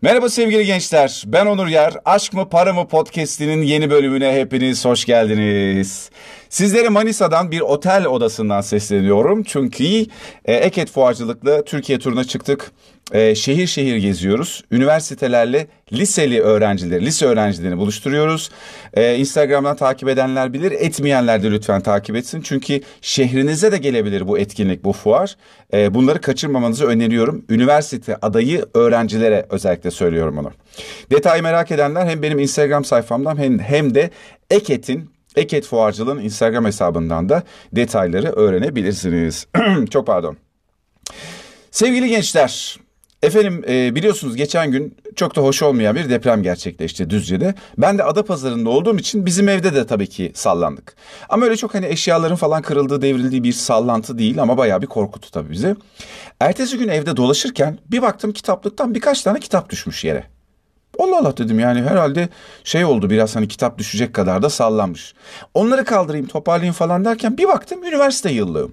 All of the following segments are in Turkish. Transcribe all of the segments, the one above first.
Merhaba sevgili gençler, ben Onur Yer. Aşk mı Para mı podcast'inin yeni bölümüne hepiniz hoş geldiniz. Sizlere Manisa'dan bir otel odasından sesleniyorum. Çünkü Eket Fuarcılık'la Türkiye turuna çıktık. Şehir şehir geziyoruz. Üniversitelerle lise öğrencilerini buluşturuyoruz. Instagram'dan takip edenler bilir, etmeyenler de lütfen takip etsin. Çünkü şehrinize de gelebilir bu etkinlik, bu fuar. Bunları kaçırmamanızı öneriyorum. Üniversite adayı öğrencilere özellikle söylüyorum bunu. Detayı merak edenler hem benim Instagram sayfamdan hem de Eket Fuarcılığın Instagram hesabından da detayları öğrenebilirsiniz. Çok pardon. Sevgili gençler, efendim biliyorsunuz geçen gün çok da hoş olmayan bir deprem gerçekleşti Düzce'de. Ben de Adapazarı'nda olduğum için bizim evde de tabii ki sallandık. Ama öyle çok hani eşyaların falan kırıldığı, devrildiği bir sallantı değil ama bayağı bir korkuttu tabii bizi. Ertesi gün evde dolaşırken bir baktım kitaplıktan birkaç tane kitap düşmüş yere. Allah Allah dedim, yani herhalde oldu, biraz hani kitap düşecek kadar da sallanmış. Onları kaldırayım, toparlayayım falan derken bir baktım üniversite yıllığım.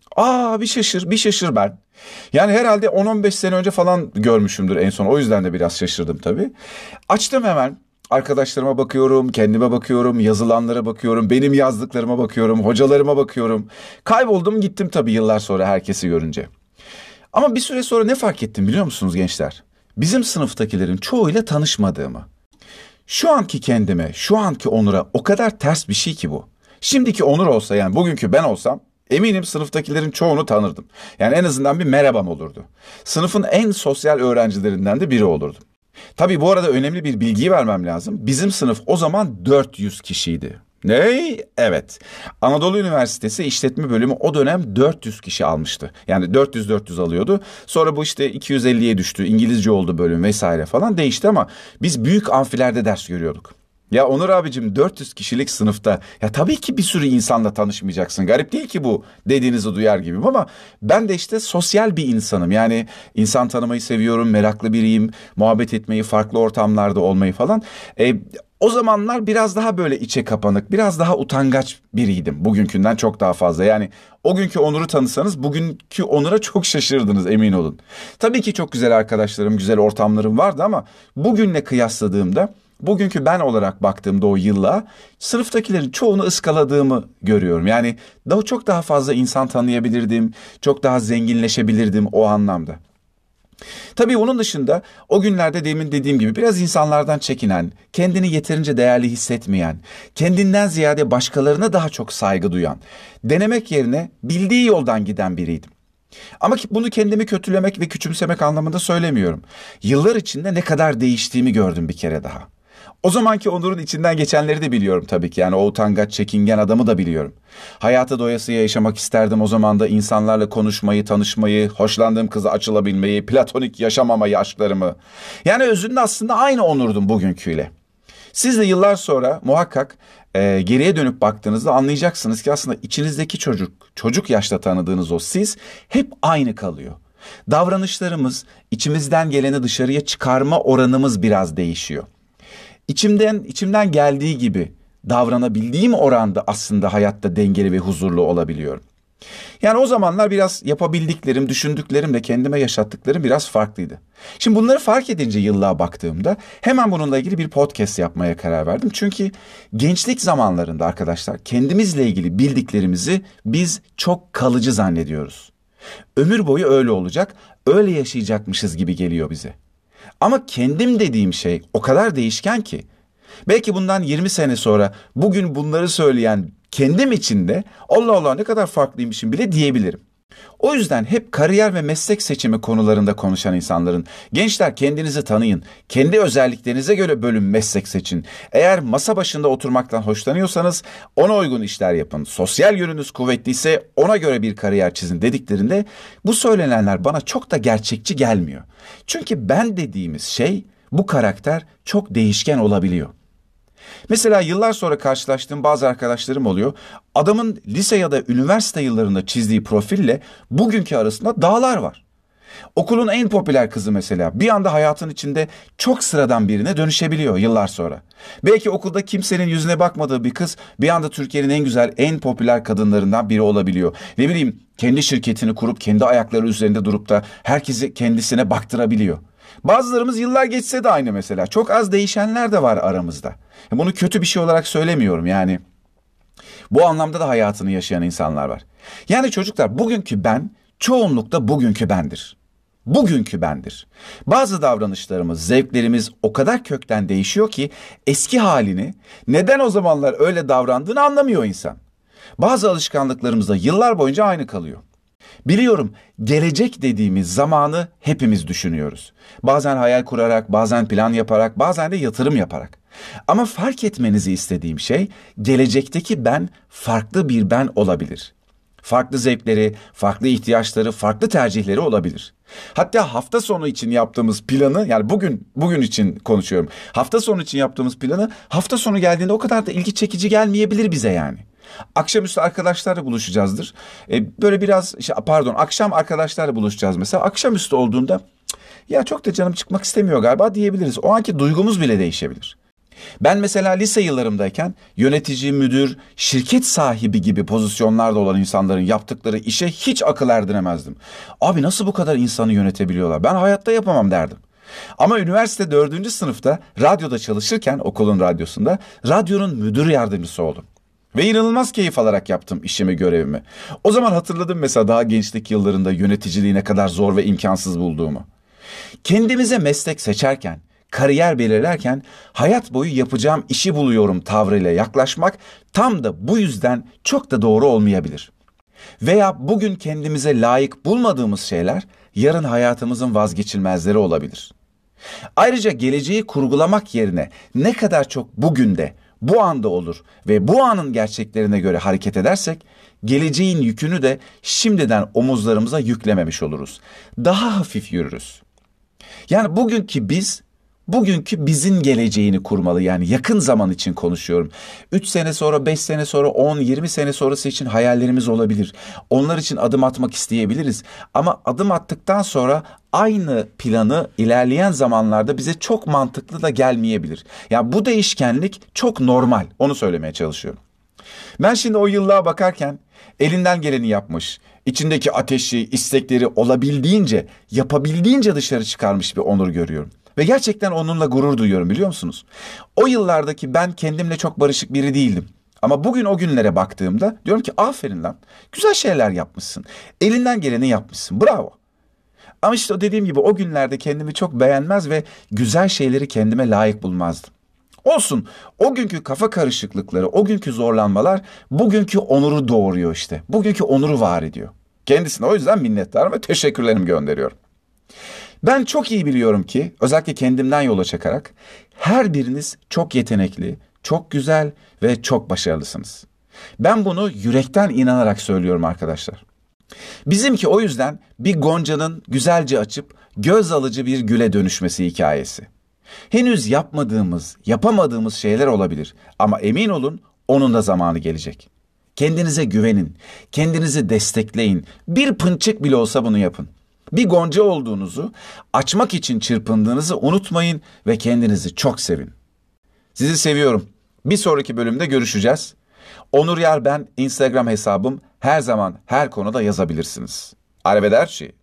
Bir şaşır ben. Yani herhalde 10-15 sene önce falan görmüşümdür en son. O yüzden de biraz şaşırdım tabii. Açtım hemen. Arkadaşlarıma bakıyorum, kendime bakıyorum, yazılanlara bakıyorum, benim yazdıklarıma bakıyorum, hocalarıma bakıyorum. Kayboldum gittim tabii yıllar sonra herkesi görünce. Ama bir süre sonra ne fark ettim biliyor musunuz gençler? Bizim sınıftakilerin çoğuyla tanışmadığımı. Şu anki kendime, şu anki Onur'a o kadar ters bir şey ki bu. Şimdiki Onur olsa, yani bugünkü ben olsam, eminim sınıftakilerin çoğunu tanırdım. Yani en azından bir merhabam olurdu. Sınıfın en sosyal öğrencilerinden de biri olurdum. Tabii bu arada önemli bir bilgiyi vermem lazım. Bizim sınıf o zaman 400 kişiydi. Ne? Evet. Anadolu Üniversitesi İşletme Bölümü o dönem 400 kişi almıştı. Yani 400 alıyordu. Sonra bu 250'ye düştü. İngilizce oldu bölüm vesaire falan değişti ama biz büyük amfilerde ders görüyorduk. Ya Onur abicim, 400 kişilik sınıfta ya tabii ki bir sürü insanla tanışmayacaksın. Garip değil ki bu, dediğinizi duyar gibiyim ama ben de sosyal bir insanım. Yani insan tanımayı seviyorum, meraklı biriyim, muhabbet etmeyi, farklı ortamlarda olmayı falan. O zamanlar biraz daha böyle içe kapanık, biraz daha utangaç biriydim. Bugünkünden çok daha fazla. Yani o günkü Onur'u tanısanız bugünkü Onur'a çok şaşırdınız, emin olun. Tabii ki çok güzel arkadaşlarım, güzel ortamlarım vardı ama bugünle kıyasladığımda, bugünkü ben olarak baktığımda o yılla sınıftakilerin çoğunu ıskaladığımı görüyorum. Yani çok daha fazla insan tanıyabilirdim, çok daha zenginleşebilirdim o anlamda. Tabii onun dışında o günlerde demin dediğim gibi biraz insanlardan çekinen, kendini yeterince değerli hissetmeyen, kendinden ziyade başkalarına daha çok saygı duyan, denemek yerine bildiği yoldan giden biriydim. Ama bunu kendimi kötülemek ve küçümsemek anlamında söylemiyorum. Yıllar içinde ne kadar değiştiğimi gördüm bir kere daha. O zamanki Onur'un içinden geçenleri de biliyorum tabii ki. Yani o utangaç, çekingen adamı da biliyorum. Hayatı doyasıya yaşamak isterdim o zaman da, insanlarla konuşmayı, tanışmayı, hoşlandığım kıza açılabilmeyi, platonik yaşamamayı, aşklarımı. Yani özünde aslında aynı Onur'dum bugünküyle. Siz de yıllar sonra muhakkak geriye dönüp baktığınızda anlayacaksınız ki aslında içinizdeki çocuk yaşta tanıdığınız o siz hep aynı kalıyor. Davranışlarımız, içimizden geleni dışarıya çıkarma oranımız biraz değişiyor. İçimden geldiği gibi davranabildiğim oranda aslında hayatta dengeli ve huzurlu olabiliyorum. Yani o zamanlar biraz yapabildiklerim, düşündüklerim de kendime yaşattıklarım biraz farklıydı. Şimdi bunları fark edince yıllığa baktığımda hemen bununla ilgili bir podcast yapmaya karar verdim. Çünkü gençlik zamanlarında arkadaşlar kendimizle ilgili bildiklerimizi biz çok kalıcı zannediyoruz. Ömür boyu öyle olacak, öyle yaşayacakmışız gibi geliyor bize. Ama kendim dediğim şey o kadar değişken ki. Belki bundan 20 sene sonra bugün bunları söyleyen kendim için de Allah Allah ne kadar farklıymışım bile diyebilirim. O yüzden hep kariyer ve meslek seçimi konularında konuşan insanların, gençler kendinizi tanıyın, kendi özelliklerinize göre bölüm meslek seçin. Eğer masa başında oturmaktan hoşlanıyorsanız ona uygun işler yapın. Sosyal yönünüz kuvvetliyse ona göre bir kariyer çizin dediklerinde bu söylenenler bana çok da gerçekçi gelmiyor. Çünkü ben dediğimiz şey, bu karakter çok değişken olabiliyor. Mesela yıllar sonra karşılaştığım bazı arkadaşlarım oluyor. Adamın lise ya da üniversite yıllarında çizdiği profille bugünkü arasında dağlar var. Okulun en popüler kızı mesela bir anda hayatın içinde çok sıradan birine dönüşebiliyor yıllar sonra. Belki okulda kimsenin yüzüne bakmadığı bir kız bir anda Türkiye'nin en güzel, en popüler kadınlarından biri olabiliyor. Ne bileyim, kendi şirketini kurup kendi ayakları üzerinde durup da herkesi kendisine baktırabiliyor. Bazılarımız yıllar geçse de aynı mesela. Çok az değişenler de var aramızda. Bunu kötü bir şey olarak söylemiyorum yani. Bu anlamda da hayatını yaşayan insanlar var. Yani çocuklar, bugünkü ben çoğunlukla bugünkü bendir. Bugünkü bendir. Bazı davranışlarımız, zevklerimiz o kadar kökten değişiyor ki eski halini, neden o zamanlar öyle davrandığını anlamıyor insan. Bazı alışkanlıklarımız da yıllar boyunca aynı kalıyor. Biliyorum, gelecek dediğimiz zamanı hepimiz düşünüyoruz. Bazen hayal kurarak, bazen plan yaparak, bazen de yatırım yaparak. Ama fark etmenizi istediğim şey, gelecekteki ben farklı bir ben olabilir. Farklı zevkleri, farklı ihtiyaçları, farklı tercihleri olabilir. Hatta hafta sonu için yaptığımız planı, yani bugün için konuşuyorum. Hafta sonu için yaptığımız planı hafta sonu geldiğinde o kadar da ilgi çekici gelmeyebilir bize yani. Akşamüstü arkadaşlarla buluşacağızdır. Böyle biraz akşam arkadaşlarla buluşacağız mesela. Akşamüstü olduğunda ya çok da canım çıkmak istemiyor galiba diyebiliriz. O anki duygumuz bile değişebilir. Ben mesela lise yıllarımdayken yönetici, müdür, şirket sahibi gibi pozisyonlarda olan insanların yaptıkları işe hiç akıl erdiremezdim. Abi nasıl bu kadar insanı yönetebiliyorlar? Ben hayatta yapamam derdim. Ama üniversite 4. sınıfta radyoda çalışırken, okulun radyosunda, radyonun müdür yardımcısı oldum. Ve inanılmaz keyif alarak yaptım işimi, görevimi. O zaman hatırladım mesela daha gençlik yıllarında yöneticiliği ne kadar zor ve imkansız bulduğumu. Kendimize meslek seçerken, kariyer belirlerken hayat boyu yapacağım işi buluyorum tavrıyla yaklaşmak tam da bu yüzden çok da doğru olmayabilir. Veya bugün kendimize layık bulmadığımız şeyler yarın hayatımızın vazgeçilmezleri olabilir. Ayrıca geleceği kurgulamak yerine ne kadar çok bugün de, bu anda olur ve bu anın gerçeklerine göre hareket edersek, geleceğin yükünü de şimdiden omuzlarımıza yüklememiş oluruz. Daha hafif yürürüz. Yani bugünkü bizim geleceğini kurmalı, yani yakın zaman için konuşuyorum. 3 sene sonra, 5 sene sonra, 10, 20 sene sonrası için hayallerimiz olabilir. Onlar için adım atmak isteyebiliriz. Ama adım attıktan sonra aynı planı ilerleyen zamanlarda bize çok mantıklı da gelmeyebilir. Yani bu değişkenlik çok normal, onu söylemeye çalışıyorum. Ben şimdi o yıllığa bakarken elinden geleni yapmış, içindeki ateşi, istekleri olabildiğince, yapabildiğince dışarı çıkarmış bir Onur görüyorum. Ve gerçekten onunla gurur duyuyorum, biliyor musunuz? O yıllardaki ben kendimle çok barışık biri değildim. Ama bugün o günlere baktığımda diyorum ki aferin lan, güzel şeyler yapmışsın. Elinden geleni yapmışsın, bravo. Ama işte o dediğim gibi o günlerde kendimi çok beğenmez ve güzel şeyleri kendime layık bulmazdım. Olsun, o günkü kafa karışıklıkları, o günkü zorlanmalar bugünkü Onur'u doğuruyor işte. Bugünkü Onur'u var ediyor. Kendisine o yüzden minnettarım ve teşekkürlerimi gönderiyorum. Ben çok iyi biliyorum ki, özellikle kendimden yola çıkarak, her biriniz çok yetenekli, çok güzel ve çok başarılısınız. Ben bunu yürekten inanarak söylüyorum arkadaşlar. Bizimki o yüzden bir goncanın güzelce açıp göz alıcı bir güle dönüşmesi hikayesi. Henüz yapamadığımız şeyler olabilir ama emin olun onun da zamanı gelecek. Kendinize güvenin, kendinizi destekleyin, bir pınçık bile olsa bunu yapın. Bir gonca olduğunuzu, açmak için çırpındığınızı unutmayın ve kendinizi çok sevin. Sizi seviyorum. Bir sonraki bölümde görüşeceğiz. Onur Yer ben, Instagram hesabım, her zaman her konuda yazabilirsiniz. Arrivederci.